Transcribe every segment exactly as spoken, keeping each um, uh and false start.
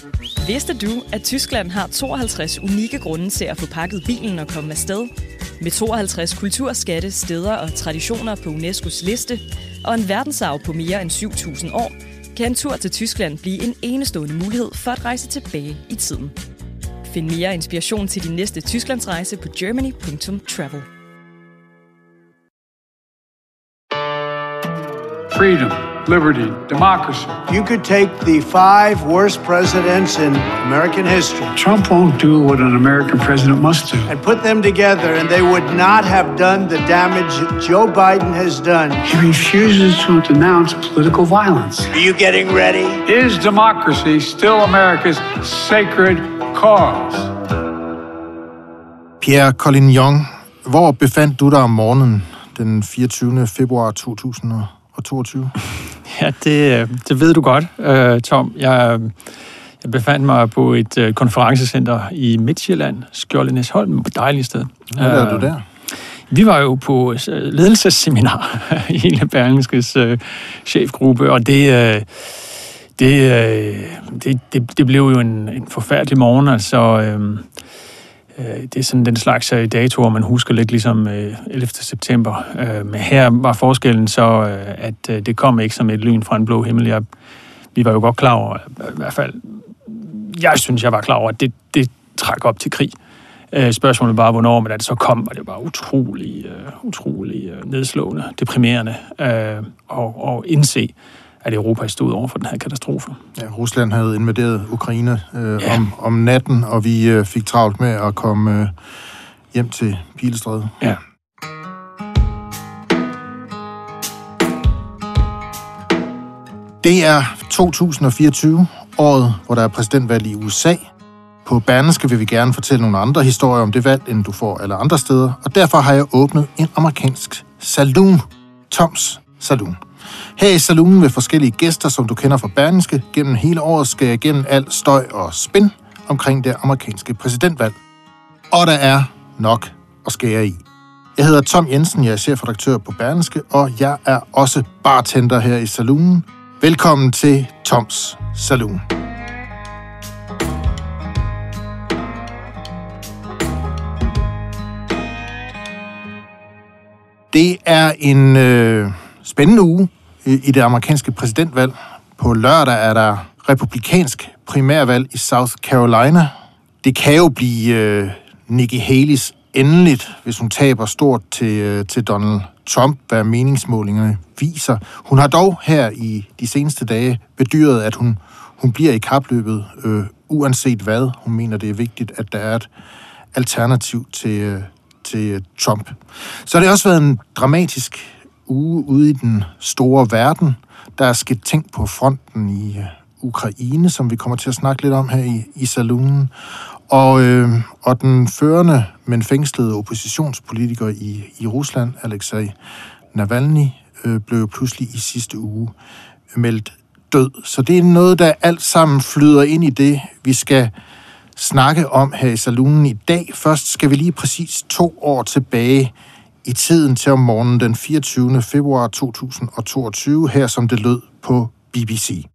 Vidste du, at Tyskland har tooghalvtreds unikke grunde til at få pakket bilen og komme afsted? Med tooghalvtreds kulturskatte, steder og traditioner på UNESCO's liste og en verdensarv på mere end syv tusind år, kan en tur til Tyskland blive en enestående mulighed for at rejse tilbage i tiden. Find mere inspiration til din næste Tysklandsrejse på germany punktum travel. Freedom, liberty, democracy. You could take the five worst presidents in American history. Trump won't do what an American president must do. And put them together, and they would not have done the damage Joe Biden has done. He refuses to denounce political violence. Are you getting ready? Is democracy still America's sacred cause? Pierre Collignon, hvor befandt du dig om morgenen den fireogtyvende februar to tusind og toogtyve? Ja, det, det ved du godt, uh, Tom. Jeg, jeg befandt mig på et uh, konferencecenter i Midtjylland, Skjoldenæsholm, et dejligt sted. Hvad lavede uh, du der? Vi var jo på uh, ledelsesseminar i hele Berlingskes uh, chefgruppe, og det, uh, det, uh, det, det, det blev jo en, en forfærdelig morgen. Altså, uh, det er sådan den slags datoer, man husker lidt ligesom ellevte september. Men her var forskellen så, at det kom ikke som et lyn fra en blå himmel. Jeg, vi var jo godt klar over, i hvert fald, jeg synes, jeg var klar over, at det, det trak op til krig. Spørgsmålet bare, hvornår, men da det så kom, var det bare utrolig, utrolig nedslående, deprimerende og, og indse, at Europa stod over for den her katastrofe. Ja, Rusland havde invaderet Ukraine øh, ja. om, om natten, og vi øh, fik travlt med at komme øh, hjem til Pilestræde. Ja. Det er to tusind og fireogtyve, året, hvor der er præsidentvalg i U S A. På Berlingske vil vi gerne fortælle nogle andre historier om det valg, end du får alle andre steder, og derfor har jeg åbnet en amerikansk saloon, Toms Saloon. Her i saloonen med forskellige gæster, som du kender fra Berlingske, gennem hele året skal jeg gennem al støj og spin omkring det amerikanske præsidentvalg. Og der er nok at skære i. Jeg hedder Tom Jensen, jeg er chefredaktør på Berlingske, og jeg er også bartender her i saloonen. Velkommen til Toms Saloon. Det er en øh, spændende uge i det amerikanske præsidentvalg. På lørdag er der republikansk primærvalg i South Carolina. Det kan jo blive øh, Nikki Haley's endeligt, hvis hun taber stort til, øh, til Donald Trump, hvad meningsmålingerne viser. Hun har dog her i de seneste dage bedyret, at hun, hun bliver i kapløbet, øh, uanset hvad. Hun mener, det er vigtigt, at der er et alternativ til, øh, til Trump. Så har det også været en dramatisk uge ude i den store verden. Der er sket ting på fronten i uh, Ukraine, som vi kommer til at snakke lidt om her i, i saloonen. Og, øh, og den førende, men fængslede oppositionspolitiker i, i Rusland, Alexei Navalny, øh, blev pludselig i sidste uge meldt død. Så det er noget, der alt sammen flyder ind i det, vi skal snakke om her i saloonen i dag. Først skal vi lige præcis to år tilbage i tiden til om morgenen den fireogtyvende februar to tusind og toogtyve, her som det lød på B B C.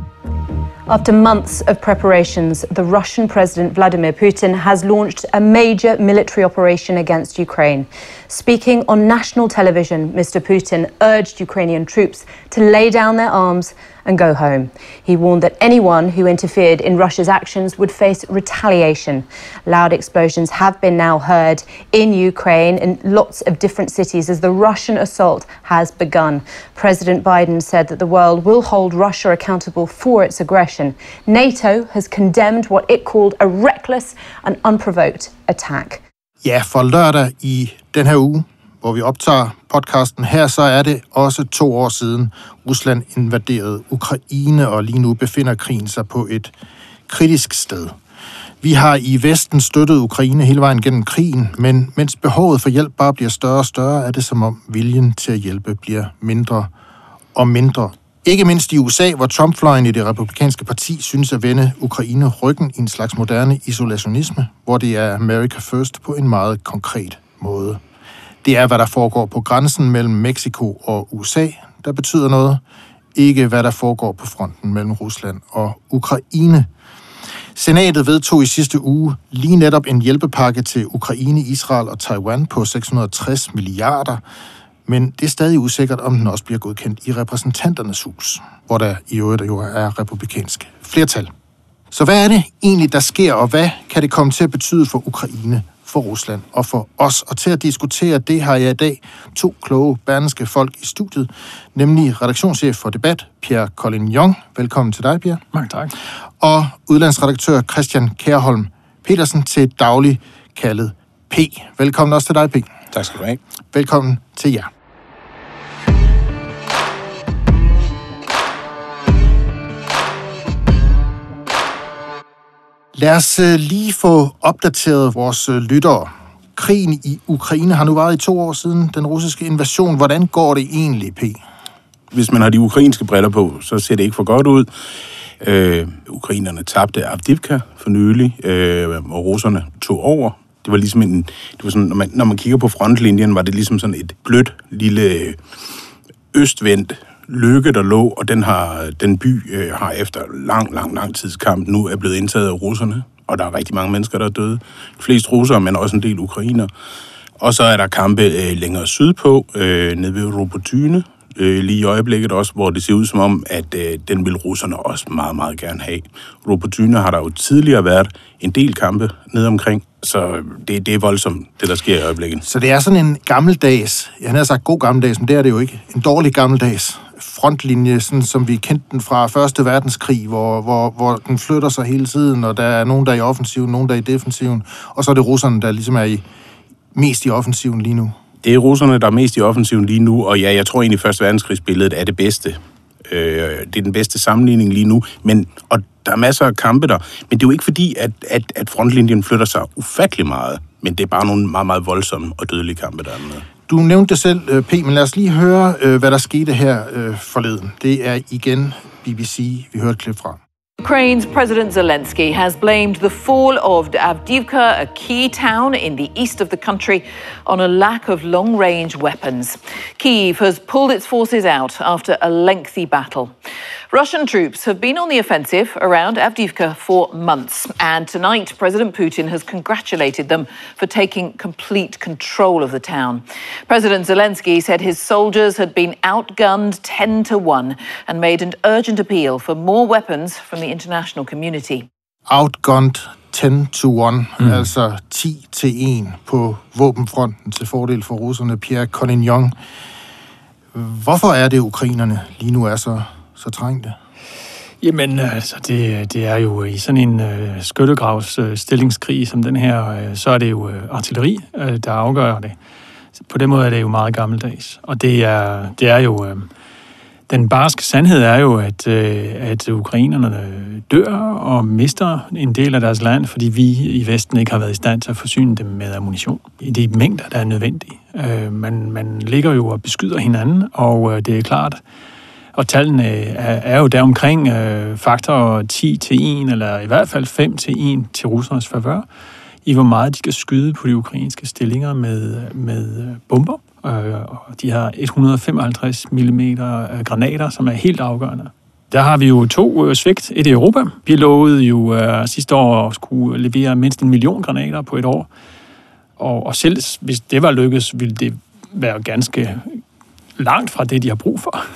After months of preparations, the Russian President Vladimir Putin has launched a major military operation against Ukraine. Speaking on national television, Mister Putin urged Ukrainian troops to lay down their arms and go home. He warned that anyone who interfered in Russia's actions would face retaliation. Loud explosions have been now heard in Ukraine in lots of different cities as the Russian assault has begun. President Biden said that the world will hold Russia accountable for its aggression. NATO has condemned what it called a reckless and unprovoked attack. Ja, for lørdag i den her uge, hvor vi optager podcasten her, så er det også to år siden Rusland invaderede Ukraine, og lige nu befinder krigen sig på et kritisk sted. Vi har i Vesten støttet Ukraine hele vejen gennem krigen, men mens behovet for hjælp bare bliver større og større, er det som om viljen til at hjælpe bliver mindre og mindre. Ikke mindst i U S A, hvor Trump-fløjen i det republikanske parti synes at vende Ukraine ryggen i en slags moderne isolationisme, hvor det er America First på en meget konkret måde. Det er, hvad der foregår på grænsen mellem Mexico og U S A, der betyder noget. Ikke, hvad der foregår på fronten mellem Rusland og Ukraine. Senatet vedtog i sidste uge lige netop en hjælpepakke til Ukraine, Israel og Taiwan på seks hundrede og tres milliarder, men det er stadig usikkert, om den også bliver godkendt i repræsentanternes hus, hvor der i øvrigt jo er republikansk flertal. Så hvad er det egentlig, der sker, og hvad kan det komme til at betyde for Ukraine, for Rusland og for os? Og til at diskutere det har jeg i dag to kloge berlingske folk i studiet, nemlig redaktionschef for Debat, Pierre Collignon. Velkommen til dig, Pierre. Mange tak. Og udlandsredaktør Christian Kjærholm Petersen, til daglig kaldet P. Velkommen også til dig, P. Tak skal du have. Velkommen til jer. Lad os lige få opdateret vores lyttere. Krigen i Ukraine har nu varet i to år siden den russiske invasion. Hvordan går det egentlig, P? Hvis man har de ukrainske briller på, så ser det ikke for godt ud. Øh, ukrainerne tabte Avdiivka for nylig, øh, og russerne tog over. Det var ligesom en... Det var sådan, når, man, når man kigger på frontlinjen, var det ligesom sådan et blødt, lille østvendt lykke, der lå, og den, har, den by øh, har efter lang, lang, lang tids kamp nu er blevet indtaget af russerne, og der er rigtig mange mennesker, der er døde. De fleste russere, men også en del ukrainer. Og så er der kampe øh, længere sydpå, øh, nede ved Robotyne, øh, lige i øjeblikket også, hvor det ser ud som om, at øh, den vil russerne også meget, meget gerne have. Robotyne har der jo tidligere været en del kampe nede omkring, så det, det er voldsomt, det der sker i øjeblikket. Så det er sådan en gammeldags, jeg havde sagt god gammeldags, men det er det jo ikke, en dårlig gammeldags frontlinje, sådan som vi kendte den fra første verdenskrig, hvor, hvor, hvor den flytter sig hele tiden, og der er nogen, der er i offensiven, nogen, der er i defensiven, og så er det russerne, der ligesom er i, mest i offensiven lige nu. Det er russerne, der er mest i offensiven lige nu, og ja, jeg tror egentlig, at første verdenskrigsbilledet er det bedste. Øh, det er den bedste sammenligning lige nu, men, og der er masser af kampe der, men det er jo ikke fordi, at, at, at frontlinjen flytter sig ufattelig meget, men det er bare nogle meget, meget voldsomme og dødelige kampe, der er med. Du nævnte det selv, P, men lad os lige høre, hvad der skete her forleden. Det er igen B B C, vi hører et klip fra. Ukraine's President Zelensky has blamed the fall of Avdiivka, a key town in the east of the country, on a lack of long-range weapons. Kyiv has pulled its forces out after a lengthy battle. Russian troops have been on the offensive around Avdiivka for months, and tonight President Putin has congratulated them for taking complete control of the town. President Zelensky said his soldiers had been outgunned ten to one and made an urgent appeal for more weapons from the international community. Outgunned ten to one, mm. altså ti til en på våbenfronten til fordel for russerne. Pierre Collignon. Hvorfor er det, ukrainerne lige nu er så, så trængte? Jamen, altså, det, det er jo i sådan en øh, skyttegravs øh, stillingskrig som den her, øh, så er det jo øh, artilleri, øh, der afgør det. På den måde er det jo meget gammeldags. Og det er, det er jo... Øh, Den barske sandhed er jo, at, at ukrainerne dør og mister en del af deres land, fordi vi i Vesten ikke har været i stand til at forsyne dem med ammunition i de mængder, der er nødvendige. Man, man ligger jo og beskyder hinanden, og det er klart, og tallene er, er jo deromkring faktor ti til en, eller i hvert fald fem til en til russernes favør, i hvor meget de skal skyde på de ukrainske stillinger med, med bomber. Og de har et hundrede og femoghalvtreds millimeter granater, som er helt afgørende. Der har vi jo to svigt. Et i Europa. Vi lovede jo uh, sidste år at skulle levere mindst en million granater på et år. Og, og selv hvis det var lykkes, ville det være ganske langt fra det, de har brug for.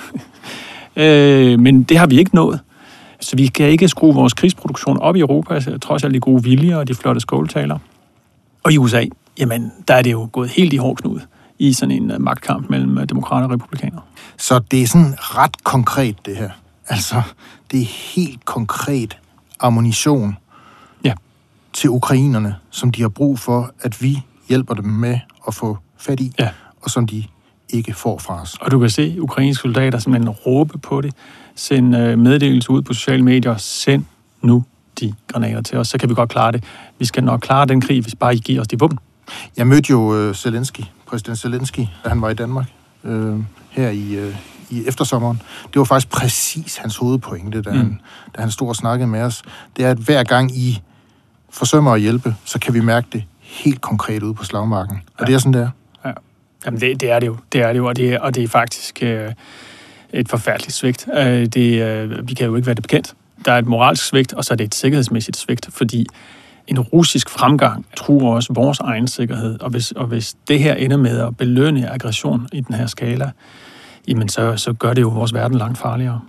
øh, men det har vi ikke nået. Så vi kan ikke skrue vores krigsproduktion op i Europa, trods alle de gode viljer og de flotte skåltaler. Og i U S A, jamen, der er det jo gået helt i hårdknud i sådan en magtkamp mellem demokrater og republikanere. Så det er sådan ret konkret, det her. Altså, det er helt konkret ammunition ja. til ukrainerne, som de har brug for, at vi hjælper dem med at få fat i, ja. og som de ikke får fra os. Og du kan se ukrainske soldater simpelthen råbe på det, send øh, meddelelse ud på sociale medier, send nu de granater til os, så kan vi godt klare det. Vi skal nok klare den krig, hvis bare I giver os de våben. Jeg mødte jo øh, Zelensky, præsident Zelensky, da han var i Danmark, øh, her i, øh, i eftersommeren. Det var faktisk præcis hans hovedpointe, da, mm. han, da han stod og snakkede med os. Det er, at hver gang I forsømmer at hjælpe, så kan vi mærke det helt konkret ude på slagmarken. Og ja. det er sådan, det er. Ja. Jamen, det, det er det jo. Det er det jo, og det, og det er faktisk øh, et forfærdeligt svigt. Øh, det, øh, vi kan jo ikke være det bekendt. der er et moralsk svigt, og så er det et sikkerhedsmæssigt svigt, fordi en russisk fremgang truer også vores egen sikkerhed, og hvis, og hvis det her ender med at belønne aggression i den her skala, jamen så, så gør det jo vores verden langt farligere.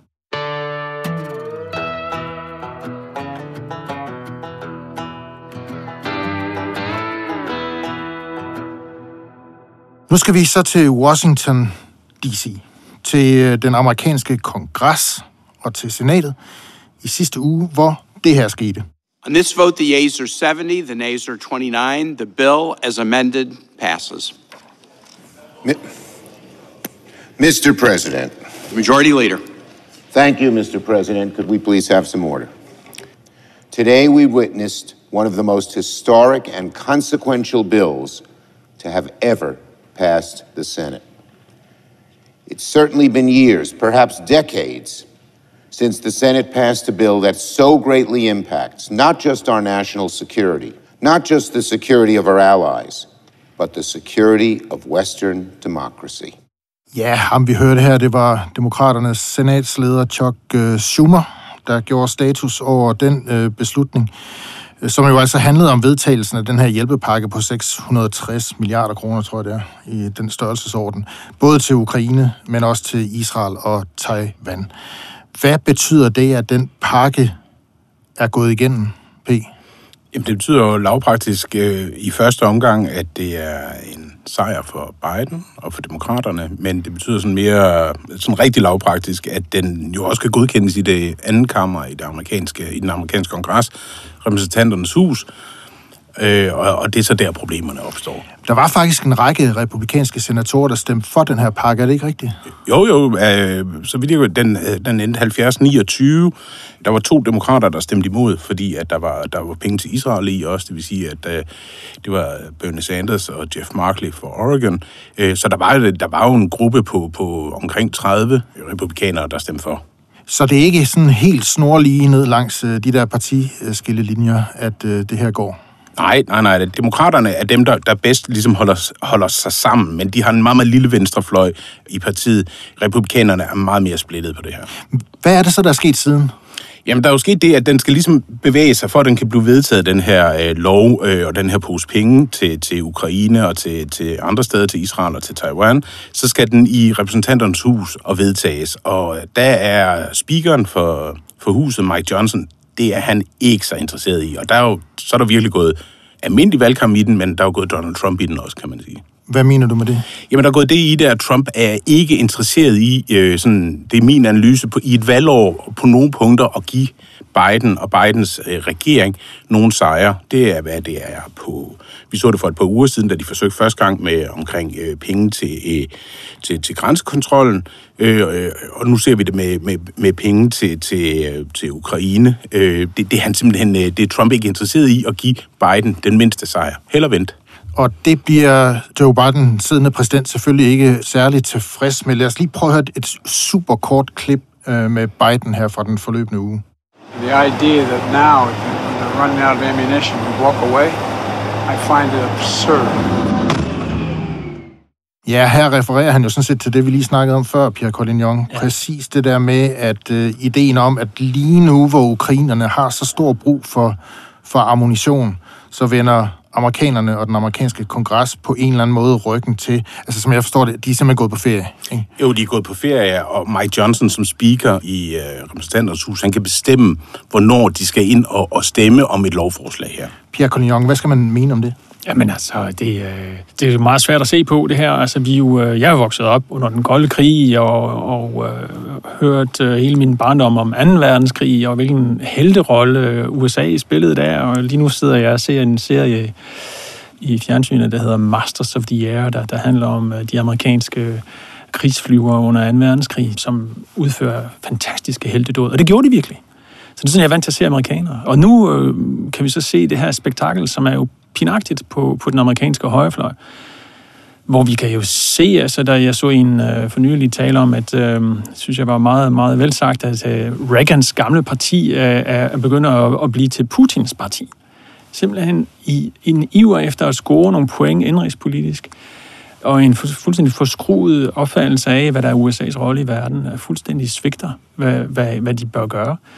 Nu skal vi så til Washington D C, til den amerikanske kongres og til senatet i sidste uge, hvor det her skete. On this vote, the yeas are seventy, the nays are twenty-nine. The bill, as amended, passes. Mister President. Majority Leader. Thank you, Mister President. Could we please have some order? Today we witnessed one of the most historic and consequential bills to have ever passed the Senate. It's certainly been years, perhaps decades, since the Senate passed a bill that so greatly impacts not just our national security, not just the security of our allies, but the security of Western democracy. Ja, ham vi hørte her, det var demokraternes senatsleder Chuck Schumer, der gjorde status over den øh, beslutning, som jo altså handlede om vedtagelsen af den her hjælpepakke på seks hundrede og tres milliarder kroner, tror jeg det er, i den størrelsesorden. Både til Ukraine, men også til Israel og Taiwan. Hvad betyder det, at den pakke er gået igennem, P? Jamen, det betyder jo lavpraktisk øh, i første omgang, at det er en sejr for Biden og for demokraterne, men det betyder sådan mere sådan rigtig lavpraktisk, at den jo også kan godkendes i det anden kammer i det amerikanske, i den amerikanske kongres, repræsentanternes hus, øh, og, og det er så der problemerne opstår. Der var faktisk en række republikanske senatorer, der stemte for den her pakke, er det ikke rigtigt? Jo, jo, øh, så vidt jeg den, den endte halvfjerds niogtyve. Der var to demokrater, der stemte imod, fordi at der var, der var penge til Israel i også, det vil sige, at øh, det var Bernie Sanders og Jeff Markley for Oregon. Øh, så der var, der var jo en gruppe på, på omkring tredive republikanere, der stemte for. Så det er ikke sådan helt snorlige ned langs øh, de der partiskillelinjer, at øh, det her går? Nej, nej, nej. Demokraterne er dem, der, der bedst ligesom holder, holder sig sammen, men de har en meget, meget lille venstrefløj i partiet. Republikanerne er meget mere splittet på det her. Hvad er det så, der er sket siden? Jamen, der er jo sket det, at den skal ligesom bevæge sig, for at den kan blive vedtaget, den her øh, lov øh, og den her pose penge til, til Ukraine og til, til andre steder, til Israel og til Taiwan. Så skal den i repræsentanternes hus og vedtages. Og der er speakeren for, for huset, Mike Johnson, det er han ikke så interesseret i. Og der er jo, så er der virkelig gået almindelig valgkamp i den, men der er jo gået Donald Trump i den også, kan man sige. Hvad mener du med det? Jamen, der er gået det i det, at Trump er ikke interesseret i, øh, sådan, det er min analyse, på, i et valgår på nogle punkter at give Biden og Bidens øh, regering nogle sejre. Det er, hvad det er på. Vi så det for et par uger siden, da de forsøgte første gang med omkring øh, penge til, øh, til, til grænsekontrollen, øh, øh, og nu ser vi det med, med, med penge til, til, øh, til Ukraine. Øh, det, det er han simpelthen, øh, det er Trump ikke interesseret i at give Biden den mindste sejr. Held og vent. Og det bliver Joe Biden, siddende præsident, selvfølgelig ikke særligt tilfreds med. Lad os lige prøve at høre et super kort klip øh, med Biden her fra den forløbende uge. The idea that now they're running out of ammunition to walk away, I find it absurd. Ja, her refererer han jo sådan set til det, vi lige snakkede om før, Pierre Collignon. Ja. Præcis det der med, at øh, ideen om, at lige nu, hvor ukrainerne har så stor brug for, for ammunition, så vender amerikanerne og den amerikanske kongres på en eller anden måde ryggen til. Altså, som jeg forstår det, de er simpelthen gået på ferie, ikke? Jo, de er gået på ferie, og Mike Johnson som speaker i øh, repræsentanternes hus, han kan bestemme, hvornår de skal ind og, og stemme om et lovforslag her. Pierre Collignon, hvad skal man mene om det? Jamen altså, det, øh, det er meget svært at se på det her. Altså, vi jo, øh, jeg er vokset op under den kolde krig og, og øh, hørt øh, hele min barndom om anden verdenskrig og hvilken helterolle U S A spillede der. Og lige nu sidder jeg og ser en serie i fjernsynet, der hedder Masters of the Air, der, der handler om øh, de amerikanske krigsflyvere under anden verdenskrig, som udfører fantastiske heltedåd. Og det gjorde de virkelig. Så det er sådan, jeg er vant til at se amerikanere. Og nu øh, kan vi så se det her spektakel, som er jo pinagtigt på, på den amerikanske højrefløj, hvor vi kan jo se, altså da jeg så en øh, for nylig tale om, at øh, synes jeg var meget, meget velsagt, at øh, Reagans gamle parti øh, er begyndt at, at blive til Putins parti. Simpelthen i, i en iver efter at score nogle point indrigspolitisk, og en fuldstændig forskruet opfattelse af, hvad der er U S A's rolle i verden, er fuldstændig svigter, hvad, hvad, hvad de bør gøre.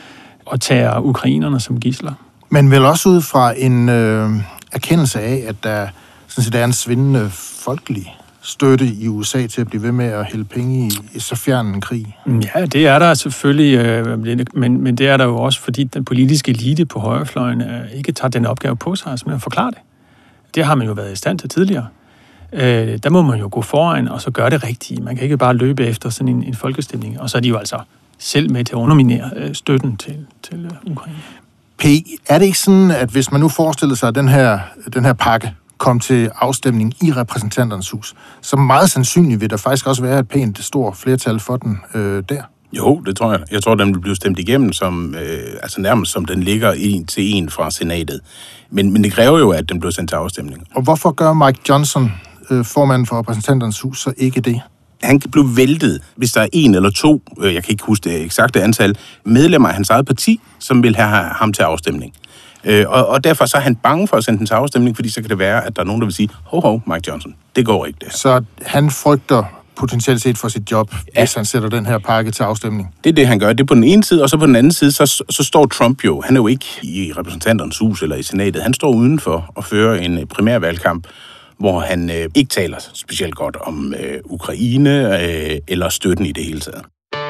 og tager ukrainerne som gidsler. Men vel også ud fra en øh, erkendelse af, at der sådan set er en svindende folkelig støtte i U S A til at blive ved med at hælde penge i, i så fjern en krig? Ja, det er der selvfølgelig, øh, men, men det er der jo også, fordi den politiske elite på højrefløjen øh, ikke tager den opgave på sig, altså med at forklare det. Det har man jo været i stand til tidligere. Øh, der må man jo gå foran og så gøre det rigtige. Man kan ikke bare løbe efter sådan en, en folkestemning, og så er de jo altså selv med til at underminere øh, støtten til, til øh, Ukraine. P, er det ikke sådan, at hvis man nu forestiller sig, at den her, den her pakke kom til afstemning i repræsentanternes hus, så meget sandsynligt vil der faktisk også være et pænt stort flertal for den øh, der? Jo, det tror jeg. Jeg tror, den vil blive stemt igennem, som, øh, altså nærmest som den ligger en til en fra senatet. Men, men det kræver jo, at den bliver sendt til afstemning. Og hvorfor gør Mike Johnson, øh, formanden for repræsentanternes hus, så ikke det? Han kan blive væltet, hvis der er en eller to, øh, jeg kan ikke huske det eksakte antal, medlemmer af hans eget parti, som vil have ham til afstemning. Øh, og, og derfor så er han bange for at sende den til afstemning, fordi så kan det være, at der er nogen, der vil sige, hov, hov, Mike Johnson, det går ikke det her. Så han frygter potentielt set for sit job, ja, hvis han sætter den her pakke til afstemning? Det er det, han gør. Det er på den ene side, og så på den anden side, så, så står Trump jo, han er jo ikke i repræsentanternes hus eller i senatet, han står udenfor og fører en primærvalgkamp, hvor han øh, ikke taler specielt godt om øh, Ukraine øh, eller støtten i det hele taget.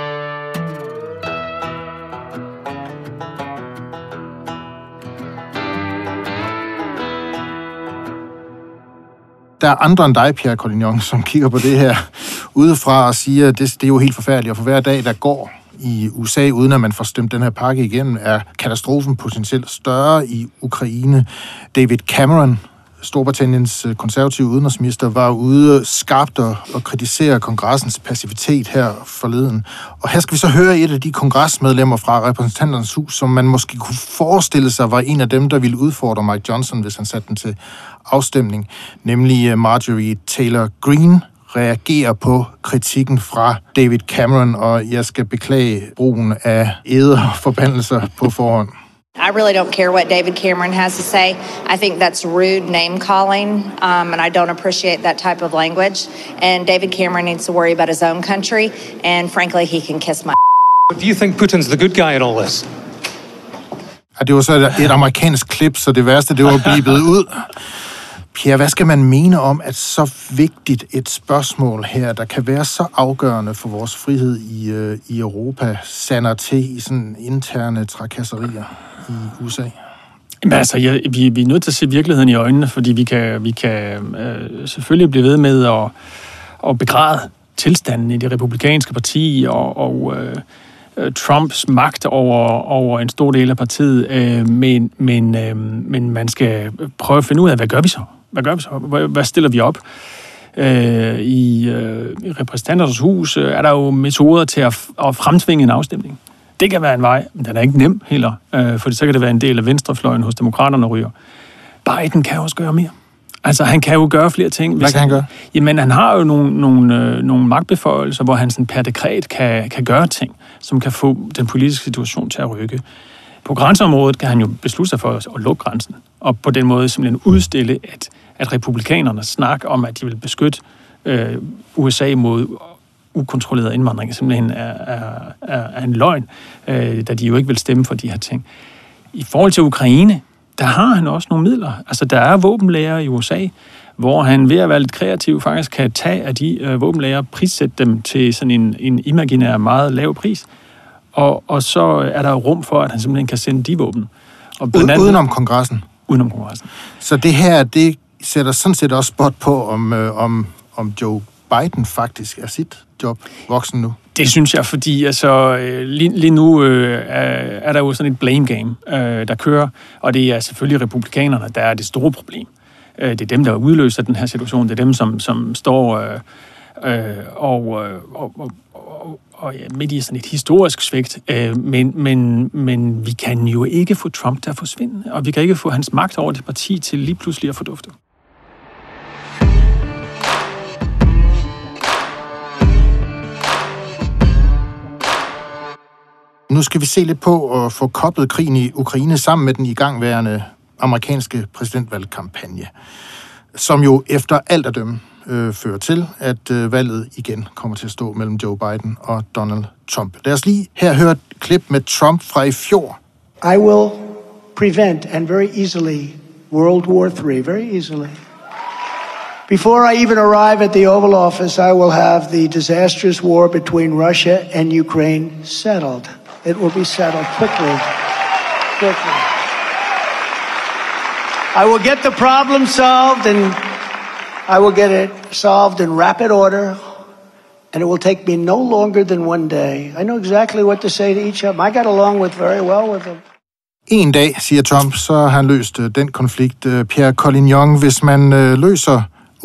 Der er andre end dig, Pierre Collignon, som kigger på det her udefra og siger, at det, det er jo helt forfærdeligt, og for hver dag, der går i U S A, uden at man får stemt den her pakke igennem, er katastrofen potentielt større i Ukraine. David Cameron, Storbritanniens konservative udenrigsminister, var ude skarpt og kritisere kongressens passivitet her forleden. Og her skal vi så høre et af de kongresmedlemmer fra repræsentanternes hus, som man måske kunne forestille sig var en af dem, der ville udfordre Mike Johnson, hvis han satte den til afstemning, nemlig Marjorie Taylor Greene, reagerer på kritikken fra David Cameron, og jeg skal beklage brugen af æderforbandelser på forhånd. I really don't care what David Cameron has to say. I think that's rude name-calling, um, and I don't appreciate that type of language. And David Cameron needs to worry about his own country, and frankly, he can kiss my... Do you think Putin's the good guy in all this? Ja, det var så et, et amerikansk klip, så det værste, det var blibet ud. Pierre, hvad skal man mene om, at så vigtigt et spørgsmål her, der kan være så afgørende for vores frihed i, øh, i Europa, sander til i sådan interne trakasserier i U S A? Men altså, ja, vi, vi er nødt til at se virkeligheden i øjnene, fordi vi kan, vi kan øh, selvfølgelig blive ved med at, at begræde tilstanden i det republikanske parti og, og øh, Trumps magt over, over en stor del af partiet, øh, men, men, øh, men man skal prøve at finde ud af, hvad gør vi så? Hvad gør vi så? Hvad stiller vi op? Øh, I øh, repræsentanternes hus øh, er der jo metoder til at, at fremtvinge en afstemning. Det kan være en vej, men den er ikke nem heller, øh, for så kan det være en del af venstrefløjen hos demokraterne ryger. Biden kan også gøre mere. Altså, han kan jo gøre flere ting. Hvad kan han gøre? Jamen, han har jo nogle, nogle, øh, nogle magtbeføjelser, hvor han sådan per dekret kan, kan gøre ting, som kan få den politiske situation til at rykke. På grænseområdet kan han jo beslutte sig for at, at lukke grænsen, og på den måde simpelthen udstille, at, at republikanerne snakker om, at de vil beskytte øh, U S A mod ukontrolleret indvandring, simpelthen er, er, er, er en løgn, øh, da de jo ikke vil stemme for de her ting. I forhold til Ukraine, der har han også nogle midler. Altså, der er våbenlager i U S A, hvor han ved at være lidt kreativ faktisk kan tage af de øh, våbenlager, prissætte dem til sådan en, en imaginær meget lav pris, og, og så er der rum for, at han simpelthen kan sende de våben. Og U- andet, udenom kongressen? Udenom kongressen. Så det her, det sætter sådan set også spot på, om, øh, om, om Joe Biden faktisk er sit job voksen nu? Det synes jeg, fordi altså, lige, lige nu øh, er der jo sådan et blame game, øh, der kører, og det er selvfølgelig republikanerne, der er det store problem. Øh, det er dem, der udløser den her situation. Det er dem, som, som står øh, øh, og, og, og, og, og ja, midt i sådan et historisk svigt. Øh, men, men, men vi kan jo ikke få Trump til at forsvinde, og vi kan ikke få hans magt over det parti til lige pludselig at fordufte. Nu skal vi se lidt på at få koblet krigen i Ukraine sammen med den igangværende amerikanske præsidentvalgkampagne, som jo efter alt at dømme øh, fører til, at øh, valget igen kommer til at stå mellem Joe Biden og Donald Trump. Lad os lige her høre et klip med Trump fra i fjor, I will prevent, and very easily, World War Three, very easily. Before I even arrive at the Oval Office, I will have the disastrous war between Russia and Ukraine settled. It will be settled quickly, quickly. I will get the problem solved, and I will get it solved in rapid order, and it will take me no longer than one day. I know exactly what to say to each of them. I got along with very well with them. En dag, siger Trump, så har han løst øh, den konflikt. Øh, Pierre Collignon, hvis man øh, løser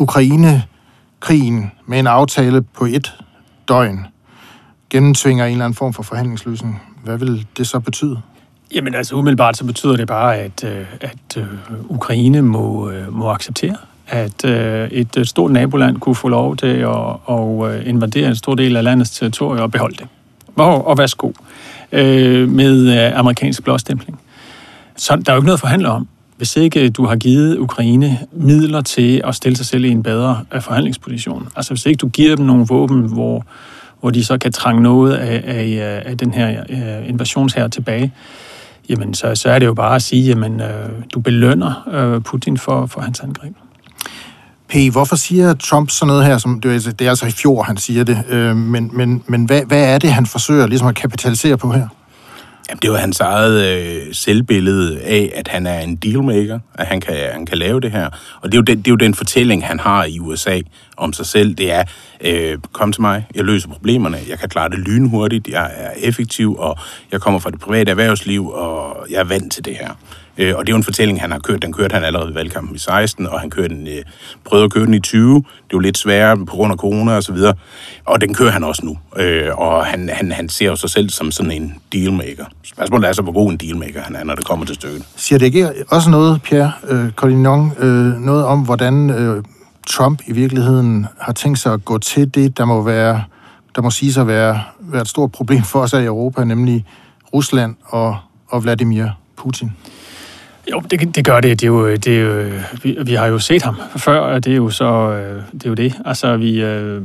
Ukraine-krigen med en aftale på et døgn, gennemtvinger en eller anden form for forhandlingsløsning, hvad vil det så betyde? Jamen altså umiddelbart så betyder det bare, at, at uh, Ukraine må, uh, må acceptere, at uh, et uh, stort naboland kunne få lov til at og, uh, invadere en stor del af landets territorium og beholde det. Og, og værsgo. Uh, med uh, amerikansk blåstempling. Så der er jo ikke noget at forhandle om, hvis ikke du har givet Ukraine midler til at stille sig selv i en bedre uh, forhandlingsposition. Altså hvis ikke du giver dem nogle våben, hvor, hvor de så kan trænge noget af, af, af den her uh, invasionshær tilbage, jamen så, så er det jo bare at sige, jamen øh, du belønner øh, Putin for, for hans angreb. P., hvorfor siger Trump sådan noget her, som det er, det er altså i fjor, han siger det, øh, men, men, men hvad, hvad er det, han forsøger ligesom at kapitalisere på her? Jamen, det er jo hans eget øh, selvbillede af, at han er en dealmaker, at han kan, han kan lave det her. Og det er, jo den, det er jo den fortælling, han har i U S A om sig selv. Det er, øh, kom til mig, jeg løser problemerne, jeg kan klare det lynhurtigt, jeg er effektiv, og jeg kommer fra det private erhvervsliv, og jeg er vant til det her. Øh, og det er jo en fortælling, han har kørt. Den kørte han allerede i valgkampen i seksten, og han kørte den, øh, prøvede at køre den i tyve. Det er jo lidt sværere på grund af corona og så videre. Og den kører han også nu. Øh, og han, han, han ser jo sig selv som sådan en dealmaker. Spørgsmålet er så, hvor god en dealmaker han er, når det kommer til stykket. Siger det ikke også noget, Pierre øh, Collignon, øh, noget om, hvordan øh, Trump i virkeligheden har tænkt sig at gå til det, der må være, der må sige sig at være, være et stort problem for os her i Europa, nemlig Rusland og, og Vladimir Putin? Jo, det, det gør det. Det er jo, det er jo, vi, vi har jo set ham før, og det er jo så det er jo det. Altså vi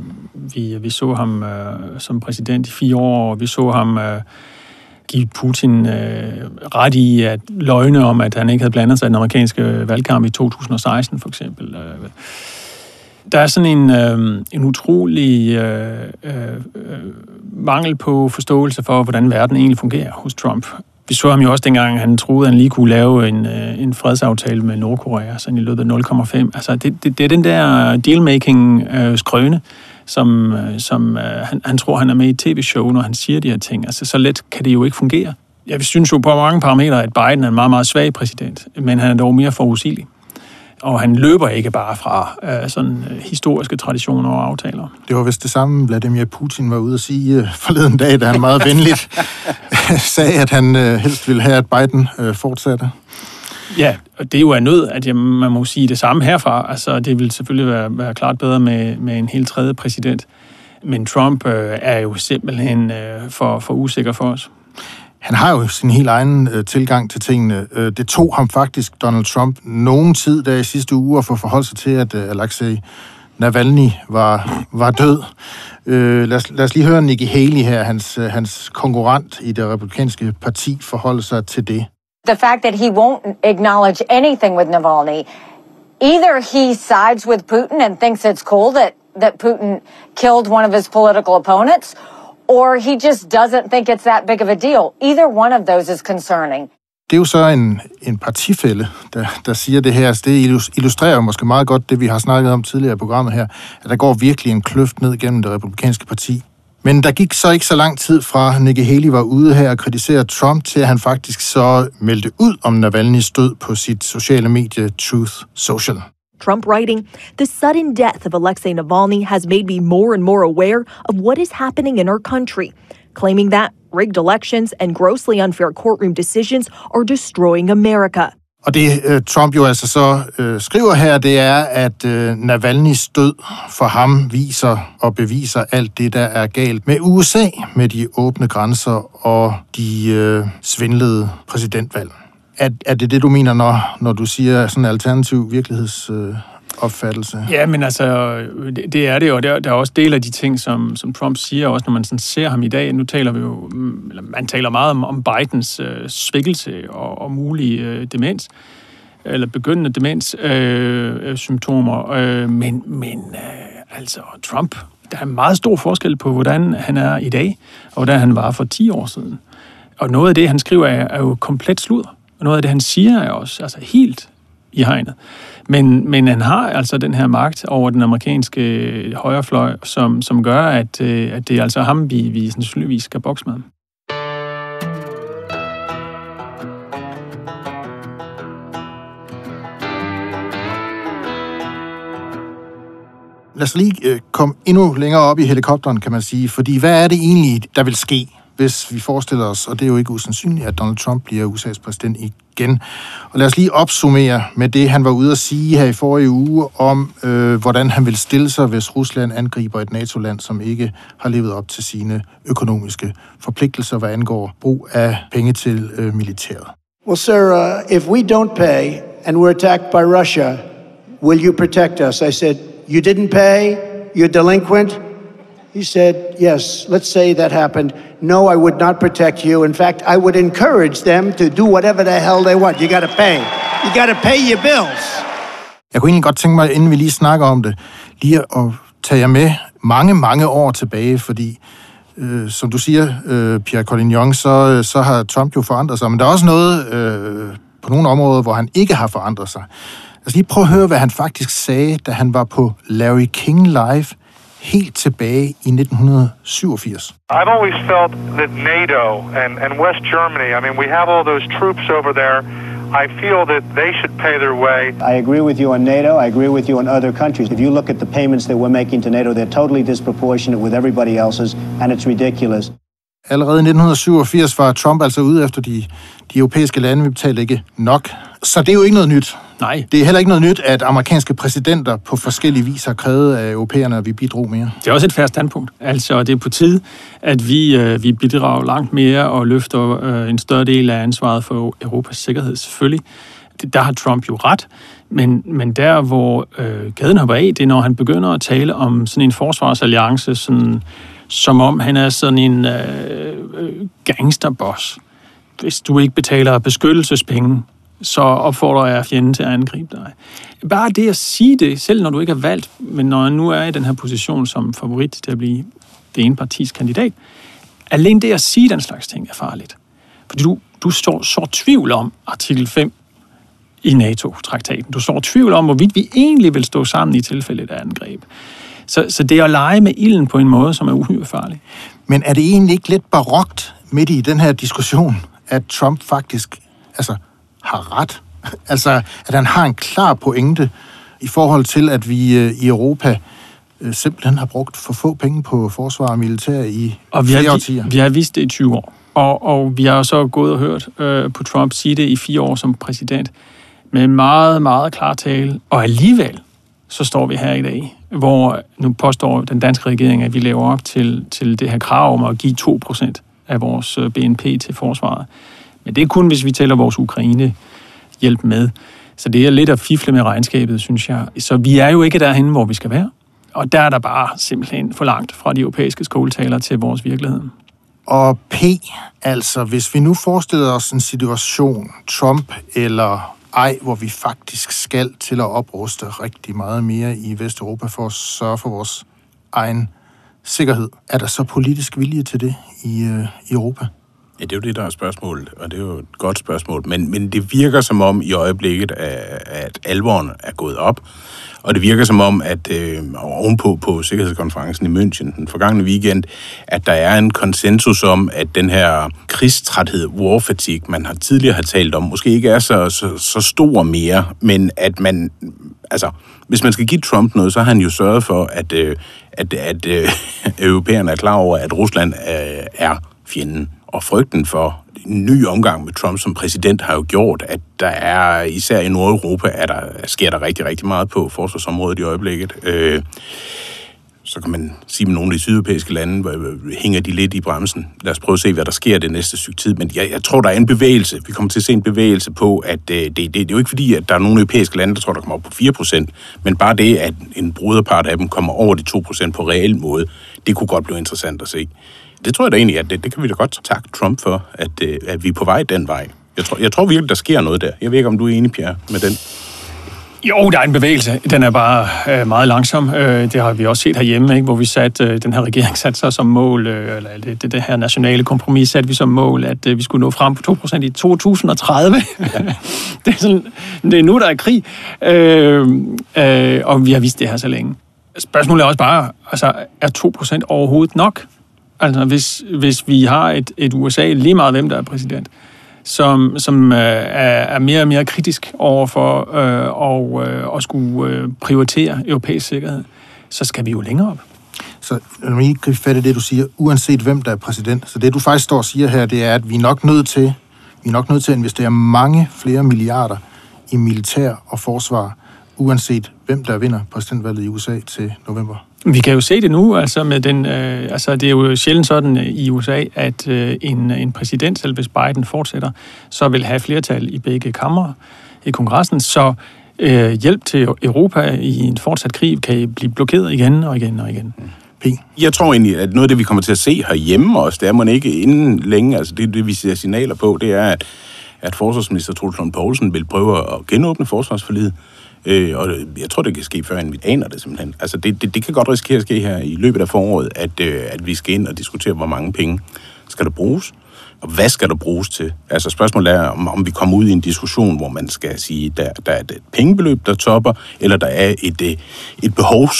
vi vi så ham uh, som præsident i fire år, og vi så ham uh, give Putin uh, ret i at løgne om, at han ikke havde blandet sig i den amerikanske valgkamp i to tusind og seksten for eksempel. Uh, der er sådan en uh, en utrolig uh, uh, mangel på forståelse for, hvordan verden egentlig fungerer hos Trump. Vi så ham jo også dengang, han troede, at han lige kunne lave en, en fredsaftale med Nordkorea, sådan i løbet af nul komma fem. Altså, det, det, det er den der dealmaking-skrøne, som, som han, han tror, han er med i et tv-show, når han siger de her ting. Altså, så let kan det jo ikke fungere. Jeg synes jo på mange parametre, at Biden er en meget, meget svag præsident, men han er dog mere forudsigelig. Og han løber ikke bare fra uh, sådan uh, historiske traditioner og aftaler. Det var vist det samme, Vladimir Putin var ude at sige uh, forleden dag, da han meget venligt sagde, at han uh, helst ville have, at Biden uh, fortsatte. Ja, og det er jo af nød, at jeg, man må sige det samme herfra. Altså, det vil selvfølgelig være, være klart bedre med, med en helt tredje præsident. Men Trump uh, er jo simpelthen uh, for, for usikker for os. Han har jo sin helt egen øh, tilgang til tingene. Øh, det tog ham faktisk, Donald Trump, nogen tid der i sidste uge at få forholdt sig til, at øh, Alexei Navalny var, var død. Øh, lad, os, lad os lige høre Nikki Haley her, hans, øh, hans konkurrent i det republikanske parti, forholde sig til det. The fact that he won't acknowledge anything with Navalny, either he sides with Putin and thinks it's cool that, that Putin killed one of his political opponents, or he just doesn't think it's that big of a deal. Either one of those is concerning. Det er jo så en, en partifælle, der, der siger det her. Det illustrerer måske meget godt det, vi har snakket om tidligere i programmet her, at der går virkelig en kløft ned gennem det republikanske parti. Men der gik så ikke så lang tid fra, Nikki Haley var ude her og kritiserede Trump, til at han faktisk så meldte ud om Navalnys død på sit sociale medie Truth Social. Trump writing, "The sudden death of Alexei Navalny has made me more and more aware of what is happening in our country," claiming that rigged elections and grossly unfair courtroom decisions are destroying America. Og det uh, Trump jo altså så uh, skriver her, det er, at uh, Navalnys død for ham viser og beviser alt det, der er galt med U S A, med de åbne grænser og de uh, svindlede præsidentvalg. Er, er det det, du mener, når, når du siger sådan en alternativ virkelighedsopfattelse opfattelse. Ja, men altså, det, det er det jo. Der, der er også del af de ting, som, som Trump siger, også når man sådan ser ham i dag. Nu taler vi jo, eller man taler meget om, om Bidens øh, svækkelse og, og mulig øh, demens, eller begyndende demens-symptomer. Øh, øh, men men øh, altså, Trump, der er meget stor forskel på, hvordan han er i dag, og hvordan han var for ti år siden. Og noget af det, han skriver, er, er jo komplet sludder. Og noget af det, han siger, er også altså, helt i hegnet. Men, men han har altså den her magt over den amerikanske højrefløj, som, som gør, at, at det er altså ham, vi, vi sandsynligvis skal bokse med. Lad os lige øh, komme endnu længere op i helikopteren, kan man sige. Fordi hvad er det egentlig, der vil ske, hvis vi forestiller os, og det er jo ikke usandsynligt, at Donald Trump bliver U S A's præsident igen. Og lad os lige opsummere med det, han var ude at sige her i forrige uge, om øh, hvordan han vil stille sig, hvis Rusland angriber et NATO-land, som ikke har levet op til sine økonomiske forpligtelser, hvad angår brug af penge til øh, militæret. Well, sir, uh, if we don't pay and we're attacked by Russia, will you protect us? I said, you didn't pay, you're delinquent. He said, yes, let's say that happened. No, I would not protect you. In fact, I would encourage them to do whatever the hell they want. You got to pay. You got to pay your bills. Jeg kunne egentlig godt tænke mig, inden vi lige snakker om det, lige at tage jer med mange, mange år tilbage, fordi, øh, som du siger, øh, Pierre Collignon, så, så har Trump jo forandret sig, men der er også noget øh, på nogle områder, hvor han ikke har forandret sig. Lad os lige prøve at høre, hvad han faktisk sagde, da han var på Larry King Live helt tilbage i nitten syvogfirs. I've always felt that NATO and, and West Germany, I mean, we have all those troops over there. I feel that they should pay their way. I agree with you on NATO. I agree with you on other countries. If you look at the payments that we're making to NATO, they're totally disproportionate with everybody else's, and it's ridiculous. Allerede i nitten syvogfirs var Trump altså ude efter de, de europæiske lande, vi betalte ikke nok. Så det er jo ikke noget nyt. Nej. Det er heller ikke noget nyt, at amerikanske præsidenter på forskellige vis har krævet af europæerne, at vi bidrog mere. Det er også et fair standpunkt. Altså, det er på tide, at vi, øh, vi bidrager langt mere og løfter øh, en større del af ansvaret for Europas sikkerhed. Selvfølgelig, det, der har Trump jo ret. Men, men der, hvor øh, kæden hopper af, det er, når han begynder at tale om sådan en forsvarsalliance, sådan, som om han er sådan en øh, gangsterboss. Hvis du ikke betaler beskyttelsespenge, så opfordrer jeg fjenden til at angribe dig. Bare det at sige det, selv når du ikke er valgt, men når jeg nu er i den her position som favorit til at blive det ene partis kandidat, alene det at sige den slags ting er farligt. Fordi du, du står, står tvivl om artikel fem i NATO-traktaten. Du står tvivl om, hvorvidt vi egentlig vil stå sammen i tilfælde af angreb. Så, så det er at lege med ilden på en måde, som er uhyre farlig. Men er det egentlig ikke lidt barokt midt i den her diskussion, at Trump faktisk altså, har ret? Altså, at han har en klar pointe i forhold til, at vi øh, i Europa øh, simpelthen har brugt for få penge på forsvar og militær i og flere vi har, årtier. Vi har vist det i tyve år. Og, og vi har så gået og hørt øh, på Trump sige det i fire år som præsident med meget, meget klar tale. Og alligevel så står vi her i dag, hvor nu påstår den danske regering, at vi lever op til, til det her krav om at give to procent af vores B N P til forsvaret. Men det er kun, hvis vi tæller vores Ukraine-hjælp med. Så det er lidt at fifle med regnskabet, synes jeg. Så vi er jo ikke derhenne, hvor vi skal være. Og der er der bare simpelthen for langt fra de europæiske skoletaler til vores virkelighed. Og P, altså hvis vi nu forestiller os en situation, Trump eller ej, hvor vi faktisk skal til at opruste rigtig meget mere i Vesteuropa for at sørge for vores egen sikkerhed. Er der så politisk vilje til det i, øh, i Europa? Ja, det er jo det, der er spørgsmålet, og det er jo et godt spørgsmål. Men, men det virker som om i øjeblikket, at alvoren er gået op, og det virker som om, at øh, ovenpå på Sikkerhedskonferencen i München den forgangne weekend, at der er en konsensus om, at den her krigstræthed, war fatigue, man har tidligere har talt om, måske ikke er så, så, så stor mere, men at man, altså, hvis man skal give Trump noget, så har han jo sørget for, at, øh, at, at øh, europæerne er klar over, at Rusland øh, er fjenden. Og frygten for en ny omgang med Trump som præsident har jo gjort, at der er, især i Nordeuropa, er der, sker der rigtig, rigtig meget på forsvarsområdet i øjeblikket. Øh, så kan man sige med nogle af de sydeuropæiske lande, hvor hænger de lidt i bremsen. Lad os prøve at se, hvad der sker det næste stykke tid. Men jeg, jeg tror, der er en bevægelse. Vi kommer til at se en bevægelse på, at øh, det, det, det er jo ikke fordi, at der er nogle europæiske lande, der tror, der kommer op på fire procent, men bare det, at en bruderpart af dem kommer over de to procent på reel måde, det kunne godt blive interessant at se. Det tror jeg da egentlig, at det, det kan vi da godt takke Trump for, at, øh, at vi er på vej den vej. Jeg tror, jeg tror virkelig, der sker noget der. Jeg ved ikke, om du er enig, Pierre, med den. Jo, der er en bevægelse. Den er bare øh, meget langsom. Øh, det har vi også set herhjemme, ikke? Hvor vi sat, øh, den her regering satte sig som mål, øh, eller det, det, det her nationale kompromis satte vi som mål, at øh, vi skulle nå frem på to procent i to tusind og tredive. Ja. det, er sådan, det er nu, der er krig. Øh, øh, og vi har vist det her så længe. Spørgsmålet er også bare, altså, er to procent overhovedet nok? Altså, hvis, hvis vi har et, et U S A, lige meget hvem der er præsident, som, som øh, er mere og mere kritisk over for øh, og, øh, at skulle øh, prioritere europæisk sikkerhed, så skal vi jo længere op. Så når man ikke griber fat i det, du siger, uanset hvem der er præsident, så det du faktisk står og siger her, det er, at vi er nok nødt til, vi er nok nødt til at investere mange flere milliarder i militær og forsvar, uanset hvem der vinder præsidentvalget i U S A til november. Vi kan jo se det nu, altså med den, øh, altså det er jo sjældent sådan i U S A, at øh, en, en præsident, selv hvis Biden fortsætter, så vil have flertal i begge kamre i kongressen, så øh, hjælp til Europa i en fortsat krig kan blive blokeret igen og igen og igen. P. Jeg tror egentlig, at noget af det, vi kommer til at se herhjemme også, det er man ikke inden længe, altså det, det vi ser signaler på, det er, at, at forsvarsminister Troels Lund Poulsen vil prøve at genåbne forsvarsforliget. Øh, og jeg tror, det kan ske, før end vi aner det simpelthen. Altså, det, det, det kan godt risikere at ske her i løbet af foråret, at, øh, at vi skal ind og diskutere, hvor mange penge skal der bruges, og hvad skal der bruges til. Altså, spørgsmålet er, om, om vi kommer ud i en diskussion, hvor man skal sige, der, der er et pengebeløb, der topper, eller der er et, et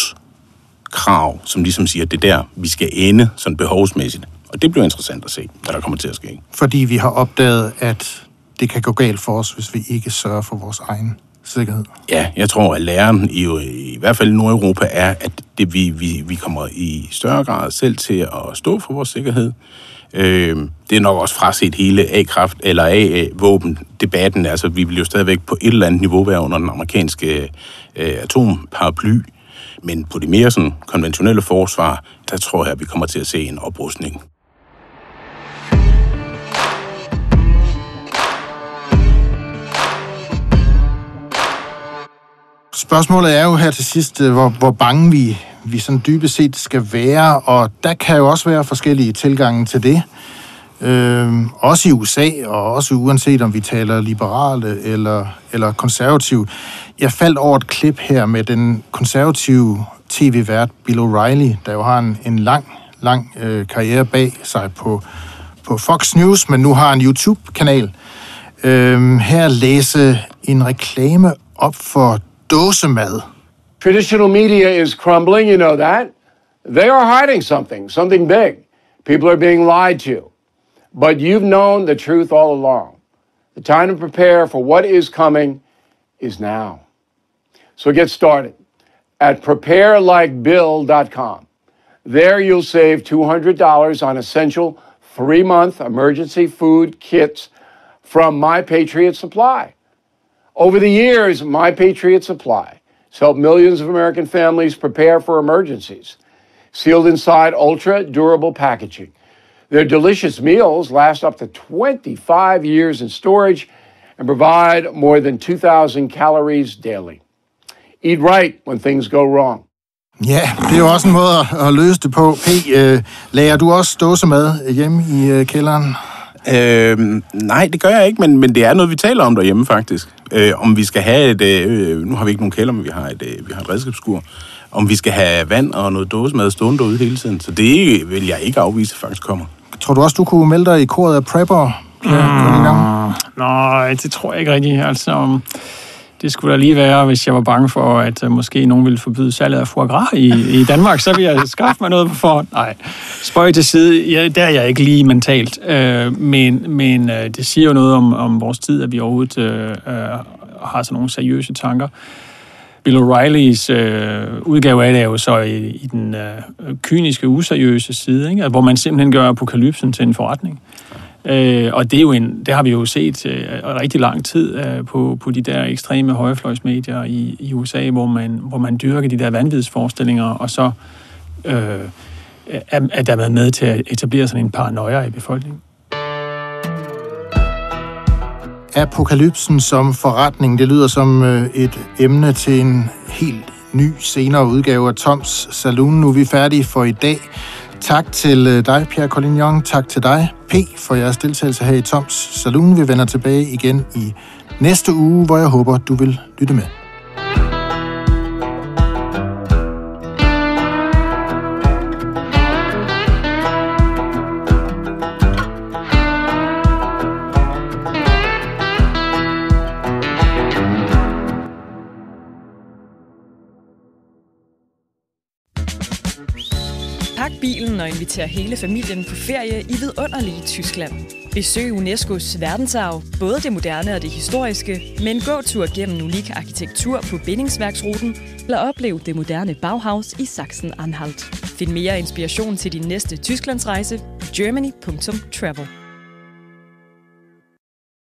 behovskrav, som ligesom siger, at det er der, vi skal ende sådan behovsmæssigt. Og det bliver interessant at se, hvad der kommer til at ske. Fordi vi har opdaget, at det kan gå galt for os, hvis vi ikke sørger for vores egen sikkerhed. Ja, jeg tror, at læren i, i hvert fald i Nordeuropa er, at det, vi, vi, vi kommer i større grad selv til at stå for vores sikkerhed. Øh, det er nok også fraset hele A-kraft eller A-våben-debatten. Altså, vi vil jo stadigvæk på et eller andet niveau være under den amerikanske øh, atomparaply. Men på det mere sådan konventionelle forsvar, der tror jeg, at vi kommer til at se en oprustning. Spørgsmålet er jo her til sidst, hvor, hvor bange vi, vi sådan dybest set skal være, og der kan jo også være forskellige tilgange til det. Øhm, også i U S A, og også uanset om vi taler liberale eller, eller konservative. Jeg faldt over et klip her med den konservative tv-vært Bill O'Reilly, der jo har en, en lang, lang øh, karriere bag sig på, på Fox News, men nu har en YouTube-kanal. Øhm, her læse en reklame op for dåsemad. Traditional media is crumbling, you know that. They are hiding something, something big. People are being lied to. But you've known the truth all along. The time to prepare for what is coming is now. So get started at prepare like bill dot com. There you'll save two hundred dollars on essential three-month emergency food kits from My Patriot Supply. Over the years, My Patriot Supply has helped millions of American families prepare for emergencies. Sealed inside ultra-durable packaging, their delicious meals last up to twenty-five years in storage and provide more than two thousand calories daily. Eat right when things go wrong. Ja, det er jo også en måde at, at løse det på. P, øh, lager du også dåsemad hjemme i øh, kælderen? Øh, nej, det gør jeg ikke, men, men det er noget, vi taler om derhjemme faktisk. Øh, om vi skal have et... Øh, nu har vi ikke nogen kælder, men vi har et, øh, vi har et redskabsskur. Om vi skal have vand og noget dåsemad stående derude hele tiden. Så det vil jeg ikke afvise, faktisk kommer. Tror du også, du kunne melde dig i koret af prepper? Mm, nej, det tror jeg ikke rigtigt. Altså, det skulle da lige være, hvis jeg var bange for, at uh, måske nogen ville forbyde salget af foie gras i, i Danmark, så ville jeg skaffe mig noget på forhånd. Nej, spøj til side, ja, der er jeg ikke lige mentalt. Uh, men men uh, det siger jo noget om, om vores tid, at vi overhovedet uh, uh, har sådan nogle seriøse tanker. Bill O'Reillys øh, udgave af det er jo så i, i den øh, kyniske, useriøse side, ikke? Hvor man simpelthen gør apokalypsen til en forretning. Øh, og det er jo en, det har vi jo set øh, rigtig lang tid øh, på, på de der ekstreme højrefløjsmedier i, i U S A, hvor man, hvor man dyrker de der vanvidsforestillinger, og så øh, er, er dermed med til at etablere sådan en paranoia i befolkningen. Apokalypsen som forretning, det lyder som et emne til en helt ny, senere udgave af Toms Saloon. Nu er vi færdige for i dag. Tak til dig, Pierre Collignon. Tak til dig, P, for jeres deltagelse her i Toms Saloon. Vi vender tilbage igen i næste uge, hvor jeg håber, du vil lytte med. Pak bilen og inviter hele familien på ferie i vidunderlige Tyskland. Besøg UNESCO's verdensarv, både det moderne og det historiske, med en gåtur gennem unik arkitektur på bindingsværksruten, eller opleve det moderne Bauhaus i Sachsen-Anhalt. Find mere inspiration til din næste Tysklandsrejse på germany punktum travel.